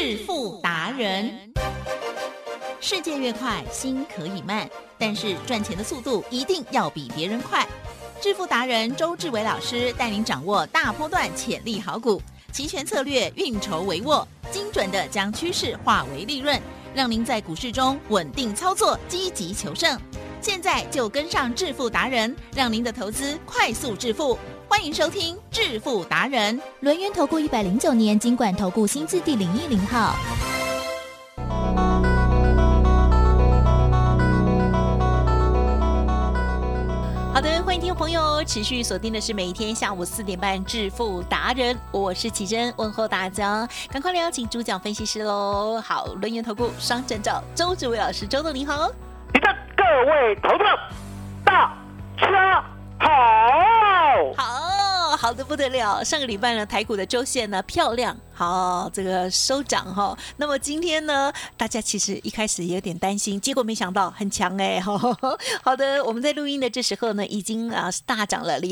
致富达人。世界越快，心可以慢，但是赚钱的速度一定要比别人快。致富达人周志伟老师带您掌握大波段潜力好股，期权策略运筹帷幄，精准的将趋势化为利润，让您在股市中稳定操作，积极求胜。现在就跟上致富达人，让您的投资快速致富。欢迎收听致富达人。 轮源投顾109年金管投顾新字第010号。 好的，欢迎听众朋友持续锁定的是每一天下午4点半致富达人，我是奇珍，问候大家，赶快邀请主讲分析师喽。好，轮源投顾双证照周志伟老师，周董你好。 各位投资者，大家好。 好的不得了，上个礼拜呢，台股的周线呢漂亮，好，这个收涨哈。那么今天呢，大家其实一开始也有点担心，结果没想到很强哎。好的，我们在录音的这时候呢，已经大涨了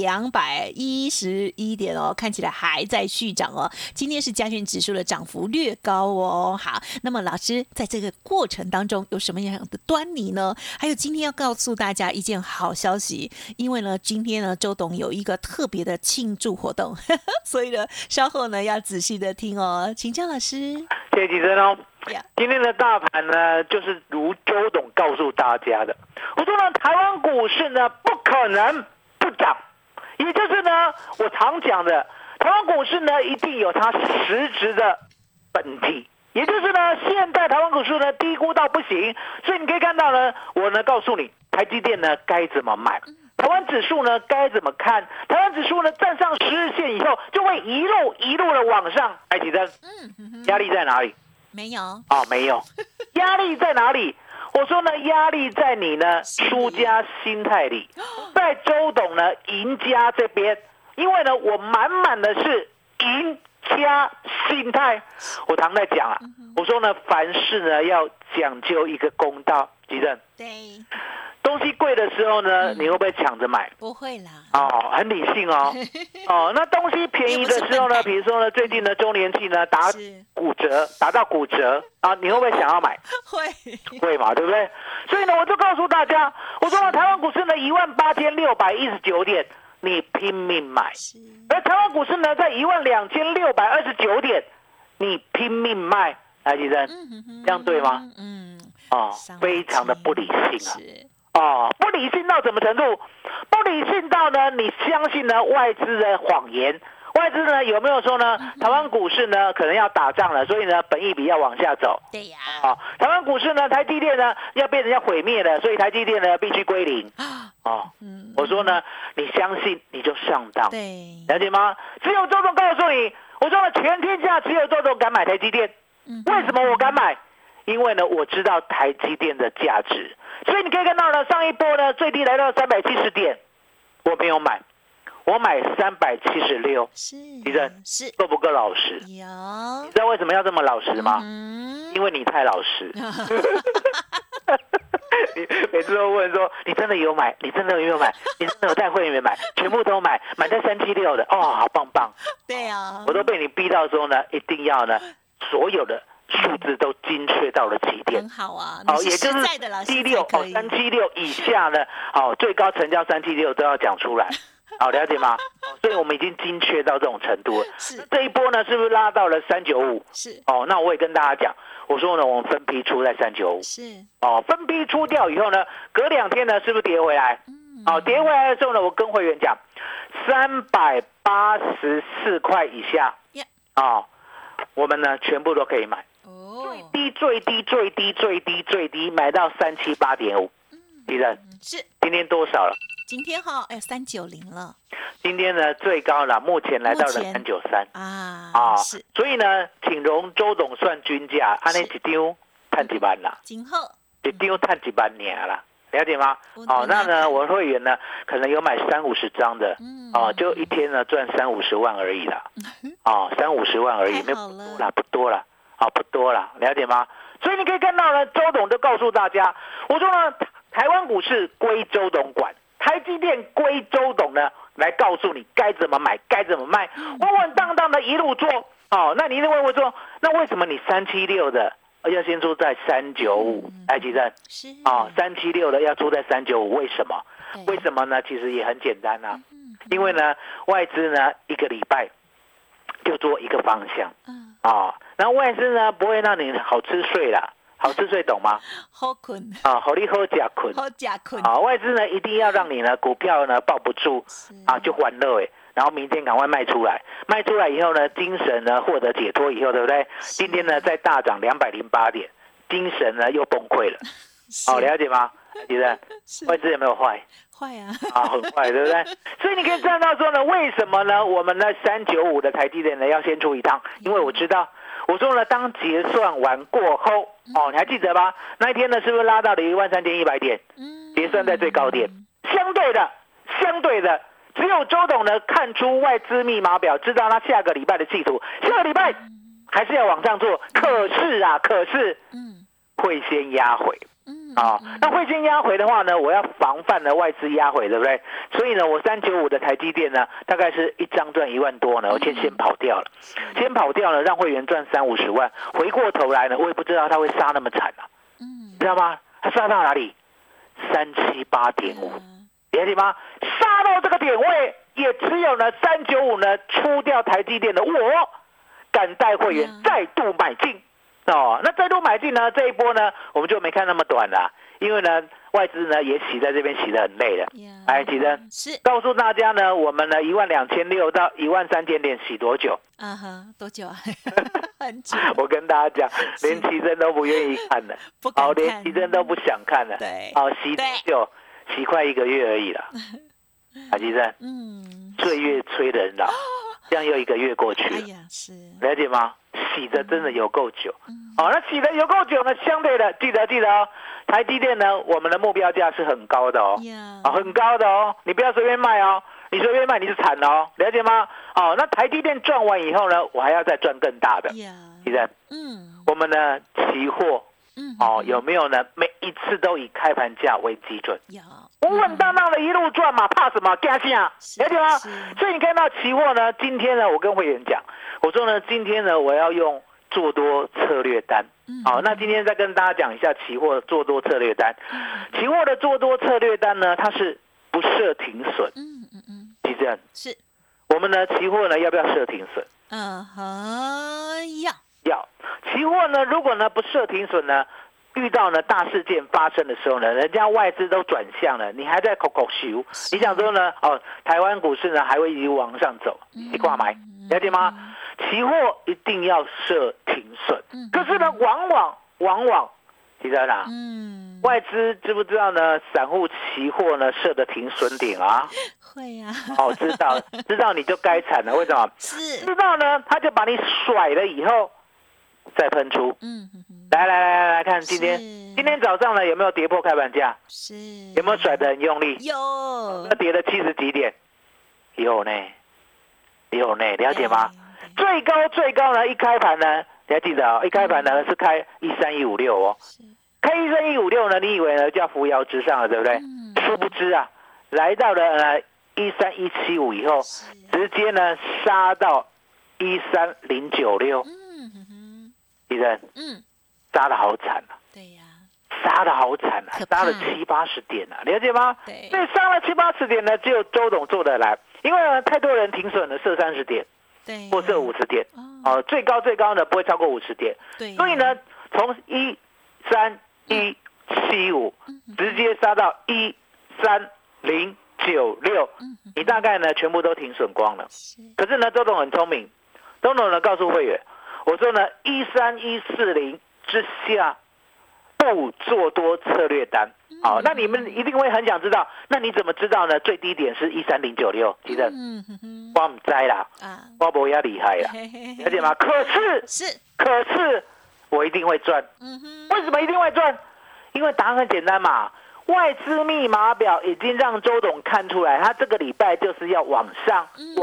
211点哦，看起来还在续涨哦。今天是加权指数的涨幅略高哦。好，那么老师在这个过程当中有什么样的端倪呢？还有今天要告诉大家一件好消息，因为呢，今天呢，周董有一个特别的庆祝活动，所以呢，稍后呢要仔细的听哦，请教老师。 谢谢吉珍哦。今天的大盘呢，就是如周董告诉大家的，我说呢，台湾股市呢不可能不涨，也就是呢，我常讲的，台湾股市呢一定有它实质的本体，也就是呢，现在台湾股市呢低估到不行，所以你可以看到呢，我呢告诉你，台积电呢该怎么买。台湾指数呢该怎么看？台湾指数呢站上10日线以后，就会一路的往上。来，启真，压力在哪里？ 没有啊，没有。压力在哪里？我说呢，压力在你呢输家心态里，在周董呢赢家这边，因为呢我满满的是赢家心态。我常在讲啊，我说呢凡事呢要讲究一个公道，启真。 对。 东西贵的时候呢，你会不会抢着买？ 不会啦。 哦，很理性哦。哦，那东西便宜的时候呢，比如说呢，最近的周年庆呢，达到骨折啊，你会不会想要买？会嘛，对不对？所以呢，我就告诉大家，我说呢，台湾股市呢18619点，你拼命买；而台湾股市呢在12629点，你拼命卖。来，吉珍，这样对吗？哦，非常的不理性啊。哦，不理性到什么程度？不理性到呢，你相信呢外资的谎言？外资呢有没有说呢？台湾股市呢可能要打仗了，所以呢本益比要往下走。 对呀。 台湾股市呢，台积电呢要被人家毁灭了，所以台积电呢必须归零。我说呢，你相信你就上当。 对， 了解吗？只有周董告诉你，我说呢，全天下只有周董敢买台积电。为什么我敢买？因为呢，我知道台积电的价值，所以你可以看到呢，上一波呢最低来到370点，我没有买，我买376。 是， 李正是够不够老实？ 有。 你知道为什么要这么老实吗？因为你太老实。你每次都问说，你真的有买？你真的有没有买？你真的有带会员买？全部都买，买在376的，哦，好棒棒。 对啊， 我都被你逼到说呢，一定要呢，所有的数字都精确到了起点， 很好啊。 也就是376以下呢，最高成交376都要讲出来，好，了解吗？所以我们已经精确到这种程度了。是这一波呢，是不是拉到了395？是那我也跟大家讲，我说呢，我们分批出在395。是分批出掉以后呢，隔2天呢，是不是跌回来？跌回来的时候呢，我跟会员讲，384块以下，我们呢全部都可以买。最低买到378.5。李人是今天多少了？ 今天390了。 今天呢最高了，目前来到了393是。所以呢，请容周董算均价，按那一张赚几万啦？今后一张赚几万年啦？了解吗？那呢，我会员呢可能有买30-50张的，就一天呢赚30-50万而已啦，30-50万而已，不多了，不多了，了解吗？所以你可以看到呢，周董就告诉大家，我说呢，台湾股市归周董管，台积电归周董呢来告诉你该怎么买，该怎么卖，稳稳当当的一路做。 那你一定会问说，那为什么你376的要先出在395？台积电是376的要出在395，为什么？为什么呢？其实也很简单啊，因为呢，外资呢一个礼拜就做一个方向，然后外资呢不会让你好吃睡啦。好吃睡懂吗？ 好困好你好假困， 好假困外资呢一定要让你呢股票呢抱不住就欢乐然后明天赶快卖出来，卖出来以后呢，精神呢获得解脱以后，对不对？今天呢再大涨208点，精神呢又崩溃了。了解吗？觉得外资有没有坏？ 坏啊！ 很坏，对不对？所以你可以看到说呢，为什么呢？我们呢395的台积电呢要先出一趟，因为我知道。我说呢，当结算完过后，你还记得吗？那一天呢，是不是拉到了13100点？结算在最高点。相对的，只有周董呢看出外资密码表，知道他下个礼拜的企图。下个礼拜还是要往上做，可是，会先压回。那会先压回的话呢，我要防范呢外资压回，对不对？所以呢，我395的台积电呢，大概是一张赚1万多呢，我先跑掉了，让会员赚30-50万。回过头来呢，我也不知道他会杀那么惨知道吗？他杀到哪里？378.5，了解吗？杀到这个点位，也只有呢395呢出掉台积电的我，敢带会员再度买进。那再度买进呢，这一波呢，我们就没看那么短了，因为呢，外资呢也洗在这边洗得很累了。来，启真是告诉大家呢，我们呢12600到13000点洗多久？ 多久啊？很久。 我跟大家讲，连启真都不愿意看了，连启真都不想看了。 对， 洗多久？洗快1个月而已了。启真，岁月催人老，这样又1个月过去了。了解吗？洗的真的有够久，那洗的有够久呢，相对的记得台积电呢，我们的目标价是很高的很高的你不要随便卖你随便卖你就惨了了解吗？那台积电赚完以后呢，我还要再赚更大的，记得我们的期货有没有呢？每一次都以开盘价为基准，稳稳当当的一路赚嘛，怕什么？惊啊，了解吗？所以你看到期货呢，今天呢，我跟会员讲，我说呢，今天呢，我要用做多策略单。那今天再跟大家讲一下期货做多策略单。期货的做多策略单呢，它是不设停损。其实是我们呢，期货呢要不要设停损？要。期货呢，如果呢不设停损呢，遇到呢大事件发生的时候呢，人家外资都转向了，你还在口修，你想说呢？台湾股市呢还会一直往上走，你挂买，了解吗？期货一定要设停损，可是呢，往往，记得啦，外资知不知道呢？散户期货呢设的停损点啊？ 会啊。 知道你就该惨了，为什么？知道呢，他就把你甩了以后再喷出。来看今天早上呢有没有跌破开盘价？是。有没有甩得很用力？ 有。 那跌了70几点？有呢，了解吗？最高呢，一开盘呢，你还记得一开盘呢是开13156开13156呢，你以为呢叫扶摇直上了，对不对？殊不知啊，来到了13175以后，直接呢杀到13096。医生，杀得好惨啊！对呀，杀得好惨啊，杀了70-80点啊，了解吗？对，所以杀了70-80点呢，只有周董做得来，因为呢太多人停损了，设30点，对，或设50点，最高呢不会超过50点，对，所以呢从13175直接杀到13096，你大概呢全部都停损光了。可是呢，周董很聪明，周董呢告诉会员。我说呢，13140之下不做多策略单。那你们一定会很想知道，那你怎么知道呢？最低点是13096，其实我不知啦，我不要厉害啦，了解吗？可是我一定会赚。为什么一定会赚？因为答案很简单嘛。外资密码表已经让周董看出来，他这个礼拜就是要往上。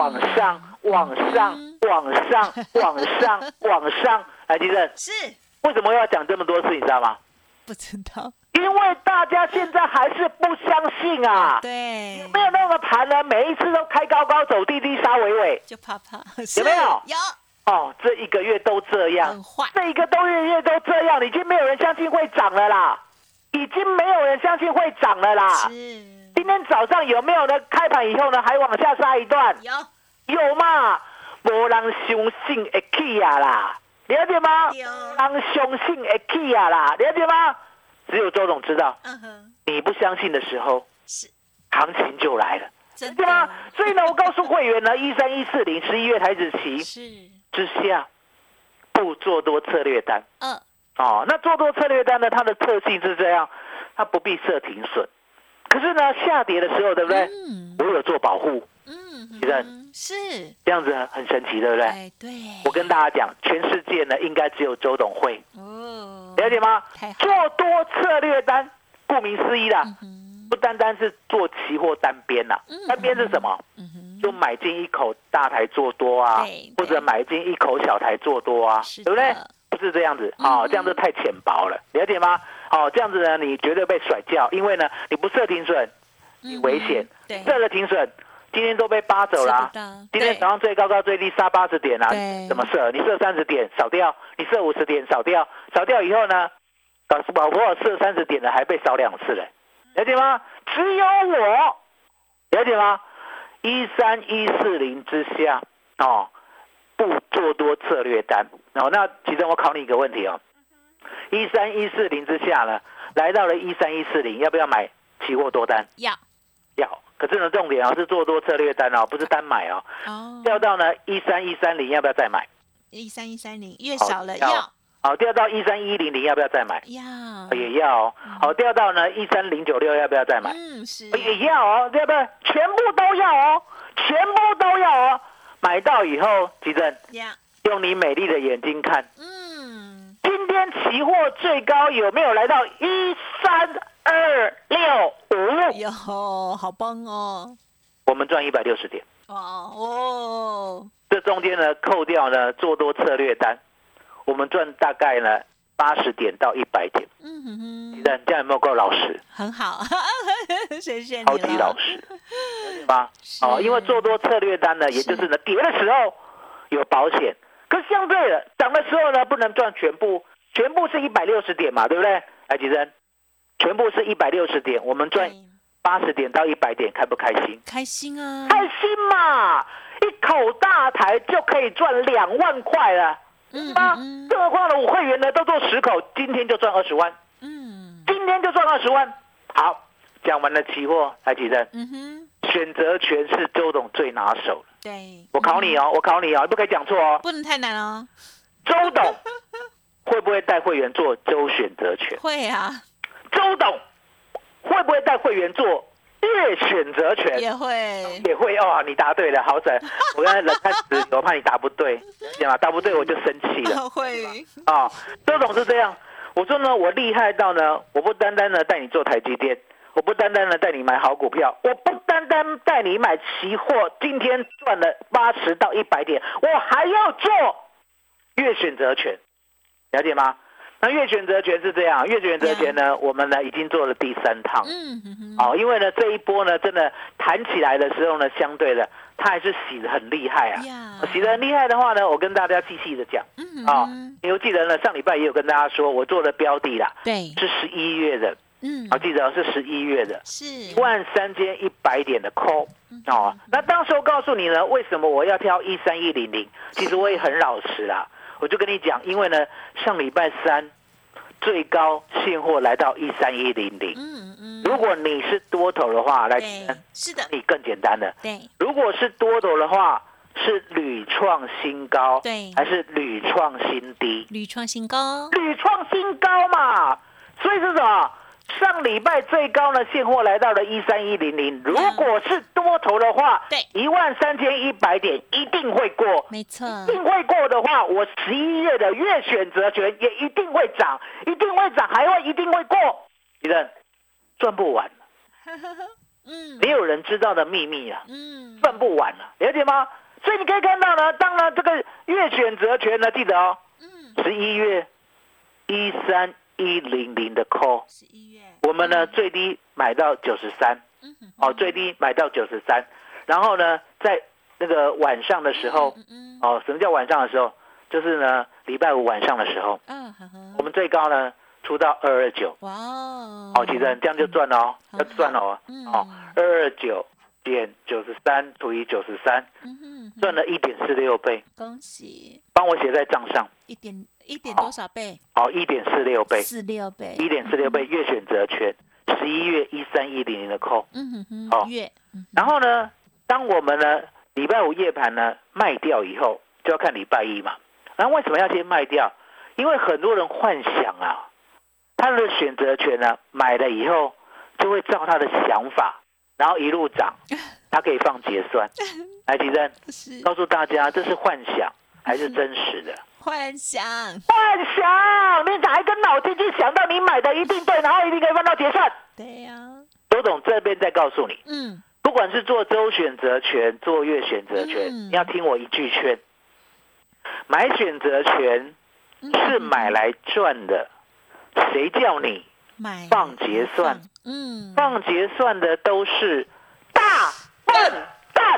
来，吉正，是为什么要讲这么多事，你知道吗？ 不知道， 因为大家现在还是不相信啊。 对， 有没有那个盘呢？每一次都开高高走低低杀尾尾， 就怕， 有没有？ 这一个月都这样， 很坏， 这一个多月都这样，已经没有人相信会涨了啦，已经没有人相信会涨了啦。 是， 今天早上有没有呢？开盘以后呢，还往下杀一段？有嘛？没人相信会起啊啦，了解吗？没人相信会起啊啦，了解吗？只有周董知道。你不相信的时候，是行情就来了，对吗？所以呢，我告诉会员呢，13140 11月台指期之下，不做多策略单。那做多策略单呢，它的特性是这样，它不必设停损。可是呢，下跌的时候，对不对？我有做保护。是这样子很神奇，对不对？对。我跟大家讲，全世界呢，应该只有周董会。了解吗？做多策略单，顾名思义啦，不单单是做期货单边啦，单边是什么？就买进一口大台做多啊，或者买进一口小台做多啊，对不对？不是这样子这样子太浅薄了，了解吗？这样子呢，你绝对被甩掉，因为呢，你不设停损，你危险；设了停损，今天都被扒走了。今天早上最高最低杀80点啊，怎么设？你设30点扫掉，你设50点扫掉，扫掉以后呢，老婆设30点的还被扫2次了，了解吗？只有我，了解吗？13140之下不做多策略单那其中我考你一个问题13140之下呢，来到了13140，要不要买期货多单？要。可是呢，重点是做多策略单不是单买掉到呢13130，要不要再买 ？13130越少了要。 掉到13100，要不要再买？要。也要掉到呢13096，要不要再买？是。也要对不对？全部都要全部都要买到以后，吉珍，用你美丽的眼睛看，今天期货最高有没有来到13265？ 有，好棒我们赚160点。这中间呢，扣掉呢做多策略单，我们赚大概呢80点到100点。这样有没有够老实？ 很好，谢谢你超级老实，对吧？因为做多策略单呢，也就是呢跌的时候有保险，可是相对的涨的时候呢，不能赚全部，全部是160点嘛，对不对？来，吉珍，全部是160点，我们赚80点到100点，开不开心？ 开心啊， 开心嘛！一口大台就可以赚2万块了，更何况呢，我会员呢都做10口，今天就赚20万。今天就赚20万。好，讲完了期货，来吉珍，选择权是周董最拿手的。 对， 我考你你不可以讲错不能太难周董会不会带会员做周选择权？ 会啊。 周董会不会带会员做月选择权？ 也会你答对了，好准！我刚才冷看死，我怕你答不对，答不对我就生气了。 会周董是这样。我说呢，我厉害到呢，我不单单呢带你做台积电，我不单单呢带你买好股票，我不单单带你买期货，今天赚了80到100点，我还要做月选择权，了解吗？那月选择权是这样，月选择权呢，我们呢已经做了第3趟，因为呢这一波呢真的弹起来的时候呢，相对的它还是洗得很厉害洗得很厉害的话呢，我跟大家细细的讲你有记得呢？上礼拜也有跟大家说，我做的标的啦， 对， 是11月的，记得是11月的， 是 13100点的 call 那当时我告诉你呢，为什么我要挑13100？其实我也很老实啦，我就跟你讲，因为呢，上礼拜3最高现货来到13100，如果你是多头的话，来， 是的， 你更简单了， 对， 如果是多头的话。是屡创新高， 对， 还是屡创新低？ 屡创新高， 屡创新高嘛。所以是什么？上礼拜最高呢，现货来到了13100。如果是多头的话， 对 ，13100点一定会过， 没错。 一定会过的话，我11月的月选择权也一定会涨，一定会涨，还会一定会过。你的赚不完，没有人知道的秘密啊，赚不完了，了解吗？所以你可以看到呢，当然这个月选择权呢，记得11月13100的 call， 我们呢最低买到93，最低买到93，然后呢在那个晚上的时候，什么叫晚上的时候？就是呢，礼拜五晚上的时候，我们最高呢出到229，哇，其实这样就赚了哦，要赚了哦，229减93除以93，赚了1.46倍， 恭喜！ 帮我写在账上， 一点多少倍 ？1.46倍 ，46倍 ，1.46倍月选择权，11月13100的 call， 月， 然后呢，当我们呢礼拜五夜盘呢卖掉以后，就要看礼拜一嘛。然后为什么要先卖掉？因为很多人幻想啊，他的选择权呢买了以后就会照他的想法，然后一路涨，他可以放结算。来，奇珍告诉大家，这是幻想还是真实的？ 幻想， 你哪一根脑筋去想到你买的一定对，然后一定可以放到结算？ 对呀。 周董这边再告诉你，不管是做周选择权、做月选择权，你要听我一句劝。买选择权是买来赚的，谁叫你放结算？放结算的都是大笨蛋。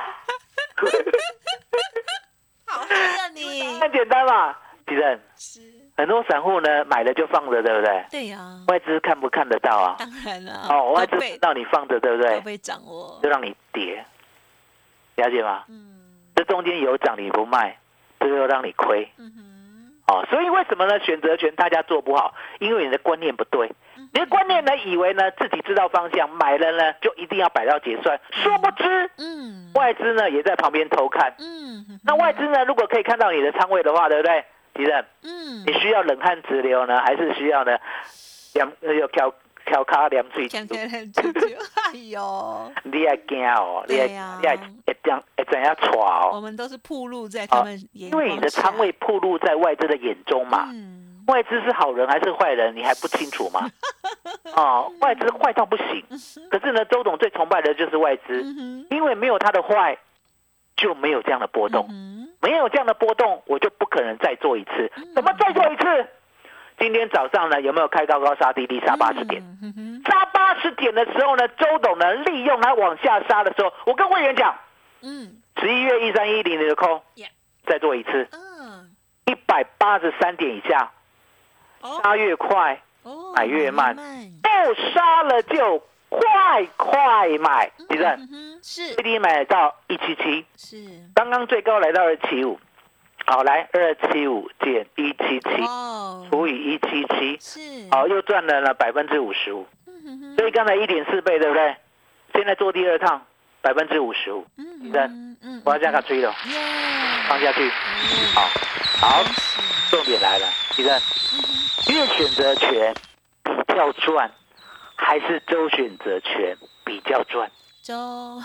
好黑啊你！ 很简单嘛，其实很多散户呢买了就放着，对不对？ 对呀。 外资看不看得到啊？ 当然了。 外资知道你放着，对不对？ 都被掌握， 就让你跌，了解吗？这中间有涨你不卖，最后让你亏。所以为什么呢？选择权大家做不好，因为你的观念不对。你的观念呢，以为呢自己知道方向，买了呢就一定要摆到结算，殊不知，外资呢也在旁边偷看。那外资呢，如果可以看到你的仓位的话，对不对？其实，你需要冷汗直流呢，还是需要呢，挑卡两嘴？ 哎呦， 你也惊哦，你也怎样闯哦？ 我们都是暴露在他们眼光下， 因为你的仓位暴露在外资的眼中嘛。外资是好人还是坏人，你还不清楚吗？外资坏到不行。可是呢，周董最崇拜的就是外资，因为没有他的坏，就没有这样的波动。没有这样的波动，我就不可能再做一次。怎么再做一次？今天早上呢，有没有开高高杀低低杀80点？杀80点的时候呢，周董呢利用它往下杀的时候，我跟会员讲，11月13100的 call，再做一次，183点以下，杀越快，买越慢，不杀了就快买，李正， 是最低买到177， 是刚刚最高来到275。好，来275减177除以177， 是又赚了55%。所以刚才1.4倍，对不对？现在做第二趟55%。我要加个追了，放下去。好，重点来了，李正，月选择权比较赚，还是周选择权比较赚？ 周。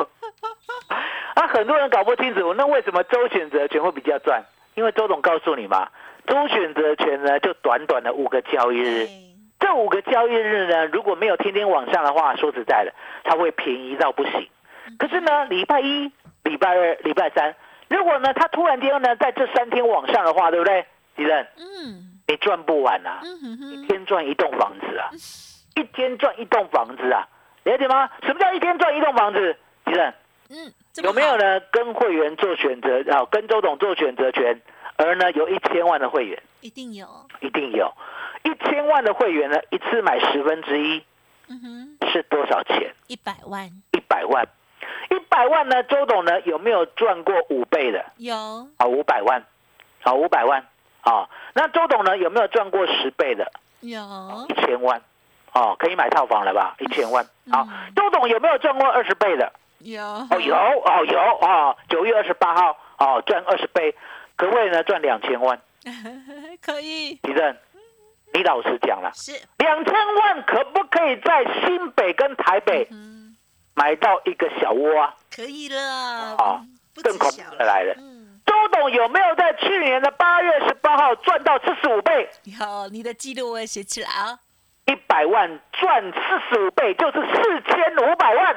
很多人搞不清楚，那为什么周选择权会比较赚？因为周董告诉你嘛，周选择权呢就短短的5个交易日，这5个交易日呢，如果没有天天往上的话，说实在的，它会便宜到不行。可是呢，礼拜一、礼拜二、礼拜三，如果呢它突然间呢在这3天往上的话，对不对？敌人，你赚不完啊，一天赚一栋房子啊，一天赚一栋房子啊，了解吗？什么叫一天赚一栋房子？敌人。有没有呢？跟会员做选择跟周董做选择权，而呢有1000万的会员， 一定有 1000万的会员呢，一次买1/10，是多少钱 ？100万。 100万，100万呢？周董呢有没有赚过5倍的？ 有。 500万，500万，那周董呢有没有赚过10倍的？ 有。 1000万，可以买套房了吧？1000万，好，周董有没有赚过20倍的？ 有 9月28号赚20倍，可不可以呢赚2000万？ 可以。 李正，你老实讲了， 是 2000万可不可以在新北跟台北买到一个小窝啊？ 可以了， 更恐怖的来了。周董有没有在去年的8月18号赚到45倍？ 有，你的记录我也写起来啊。 100万赚45倍，就是4500万。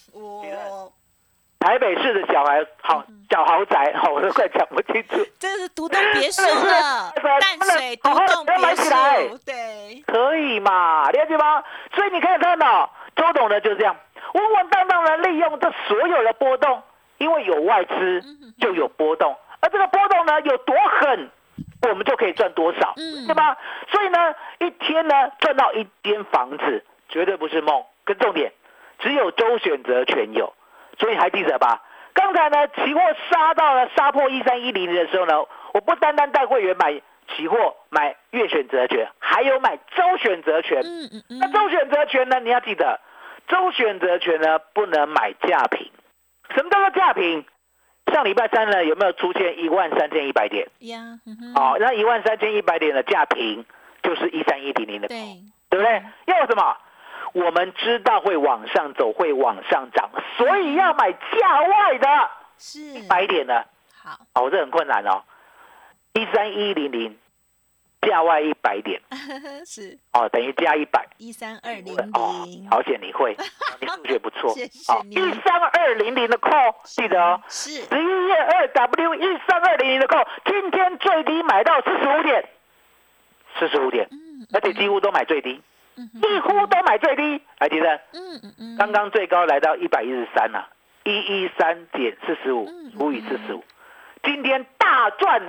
台北市的小豪宅，我都快讲不清楚。 这是独栋别墅了，淡水独栋别墅，对， 可以嘛？了解吗？所以你可以看到，周董呢就这样稳稳当当的利用这所有的波动， 因为有外资就有波动，而这个波动呢有多狠，我们就可以赚多少，对吧？所以呢，一天呢赚到一间房子绝对不是梦，跟重点只有周选择权有，所以还记得吧？刚才呢期货杀破13100的时候呢，我不单单带会员买期货，买月选择权，还有买周选择权。那周选择权呢，你要记得，周选择权呢不能买价平。什么叫做价平？上礼拜三呢有没有出现13100点？哦，那13100点的价平就是13100的，对不对？要什么？我们知道会往上走，会往上涨，所以要买价外的，是100点的。好，哦，这很困难哦。13100价外100点，是哦，等于加100，13200。哦，好险你会，你数学不错。谢谢你。13200的 call 记得哦，是11月2W13200的 call， 今天最低买到45点，45点，而且几乎都买最低。几乎都买最低，还记得？刚刚最高来到113了，113.45除以45，今天大赚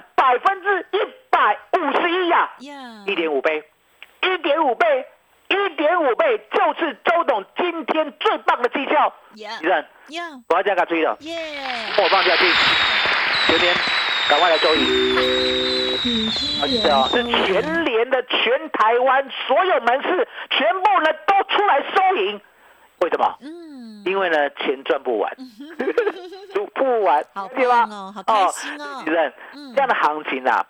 151%呀！1.5倍，1.5倍，1.5倍，就是周董今天最棒的绩效。记得？我要加个追了，跟我放下去，今天赶快来收银。是全联的全台湾所有门市全部呢都出来收银，为什么？因为呢钱赚不完，数不完，对吧？好开心哦！这样的行情啊，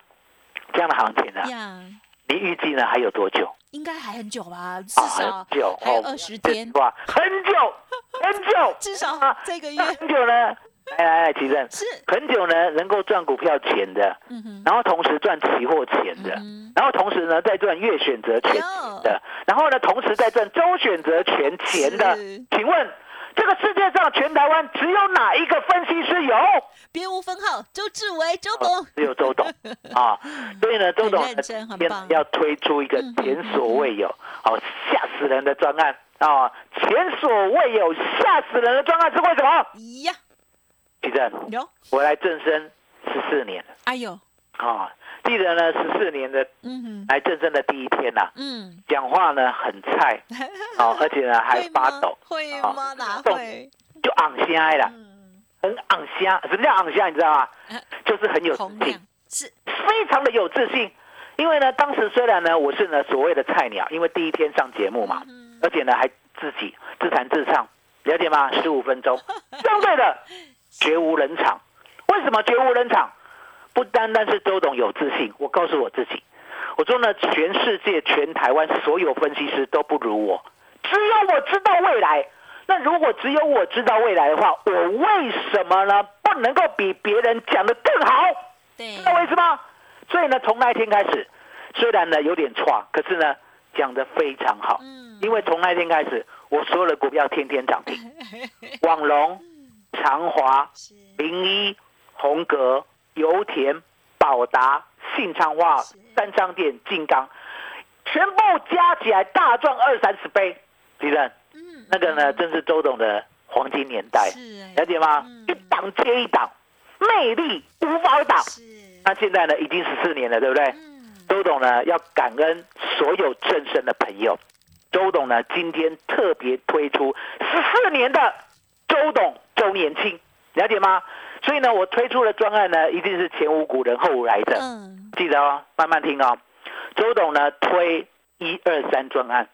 你预计呢还有多久？应该还很久吧，至少还有20天，哇，很久，至少这个月很久呢。来，奇正是很久呢，能够赚股票钱的，然后同时赚期货钱的，然后同时呢再赚月选择权的，然后呢同时再赚周选择权钱的。请问这个世界上全台湾只有哪一个分析师有？别无分号，周志伟，周董，只有周董啊。所以呢，周董要推出一个前所未有、吓死人的专案啊！前所未有吓死人的专案是为什么？呀。记得我来正身14年了，哎呦，记得呢14年的来正身的第一天呐，讲话呢很菜，而且呢还发抖，会吗？哪会？就昂声啦，很昂声。什么叫昂声？你知道吗？就是很有自信，是非常的有自信。因为呢，当时虽然呢我是呢所谓的菜鸟，因为第一天上节目嘛，而且呢还自己自弹自唱，了解吗？15分钟，相对的。绝无人场，为什么绝无人场？不单单是周董有自信，我告诉我自己，我说呢，全世界、全台湾所有分析师都不如我，只有我知道未来。那如果只有我知道未来的话，我为什么呢不能够比别人讲得更好？对，知道为什么？所以呢，从那一天开始，虽然呢有点错，可是呢讲得非常好。因为从那一天开始，我所有的股票天天涨停，网龙。长华、01、宏格、油田、宝达、信昌化、三商店、金刚，全部加起来大赚20-30倍，李正，那个呢，真是周董的黄金年代，了解吗？一档接一档，魅力无法挡。那现在呢，已经14年了，对不对？周董呢，要感恩所有正身的朋友。周董呢，今天特别推出14年的周董周年庆，了解吗？所以呢，我推出的专案呢，一定是前无古人后无来者。记得哦，慢慢听哦。周董呢推123专案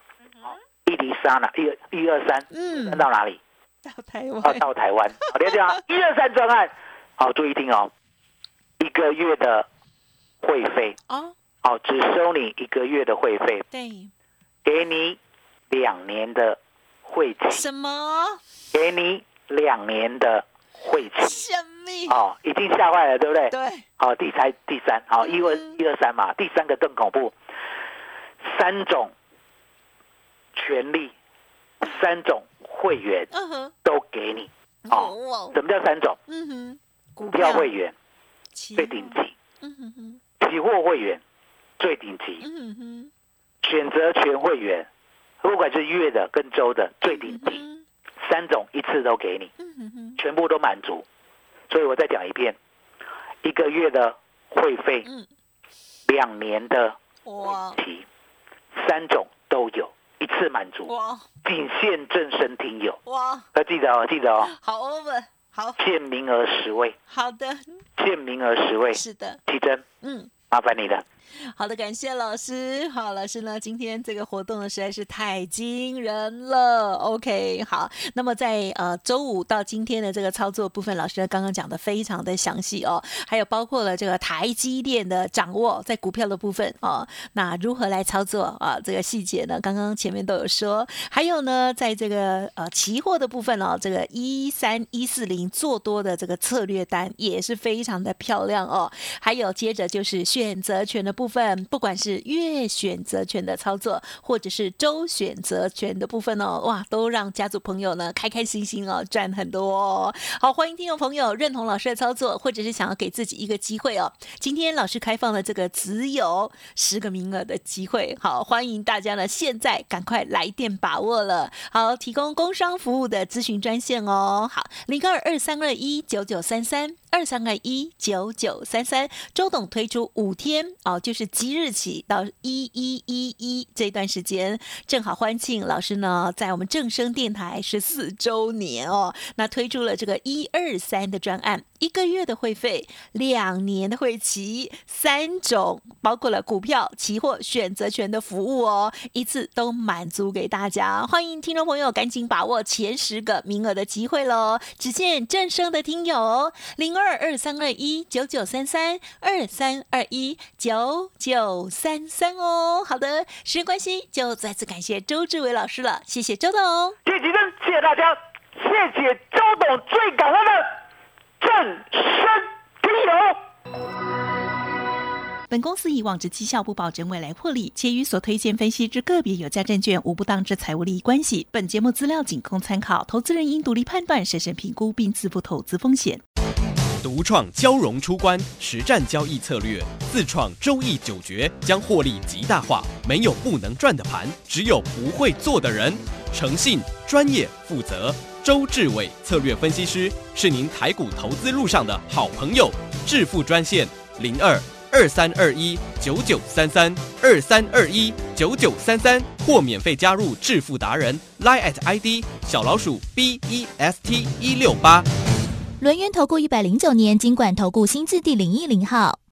，103了，123，到哪里？到台湾。到台湾，了解吗？123专案，好，注意听哦。1个月的会费只收你1个月的会费，对，给你2年的会期。什么？给你2年的会期。已经吓坏了，对不对？对。好，第三，好，123嘛，第3个更恐怖，3种权利，3种会员都给你。什么叫3种？股票会员最顶级，期货会员最顶级，选择权会员，不管是月的跟周的最顶级 3种一次都给你，全部都满足。所以我再讲一遍，1个月的会费，2年的会期，3种都有，一次满足，仅限正声听友。哇！要记得哦，记得哦。 好 over， 好。 限名额10位。 好的。 限名额10位。 是的。 奇珍，麻烦你了。 好的，感谢老师。好，老师呢，今天这个活动呢实在是太惊人了。OK， 好，那么在周五到今天的这个操作部分，老师刚刚讲的非常的详细哦，还有包括了这个台积电的掌握在股票的部分哦，那如何来操作啊？这个细节呢，刚刚前面都有说。还有呢，在这个期货的部分哦，这个13140做多的这个策略单也是非常的漂亮哦。还有接着就是选择权的部分，不管是月选择权的操作，或者是周选择权的部分哦，哇，都让家族朋友呢开开心心哦，赚很多哦。好，欢迎听众朋友认同老师的操作，或者是想要给自己一个机会哦。今天老师开放了这个只有10个名额的机会，好，欢迎大家呢现在赶快来电把握了。好，提供工商服务的咨询专线哦，好，0223219933，23219933，周董推出5天哦，就是即日起到1111这段时间，正好欢庆老师呢在我们正声电台14周年哦，那推出了这个123的专案，1个月的会费，2年的会期，3种包括了股票、期货、选择权的服务哦，一次都满足给大家。欢迎听众朋友赶紧把握前10个名额的机会咯，只限正声的听友哦，0223219933，23219933哦。好的，时间关系就再次感谢周志伟老师了，谢谢周董， 谢谢吉珍，谢谢大家，谢谢周董，最感恩的正声听友。 本公司以往之绩效不保证未来获利，且与所推荐分析之个别有价证券无不当之财务利益关系。本节目资料仅供参考，投资人应独立判断、审慎评估并自负投资风险。 独创交融出关实战交易策略，自创周易9诀，将获利极大化。没有不能赚的盘，只有不会做的人。诚信、专业、负责，周志伟策略分析师是您台股投资路上的好朋友。致富专线02-2321-9933，2321-9933，或免费加入致富达人 Line ID 小老鼠BEST168。 轮源投顾109年金管投顾新字第010号。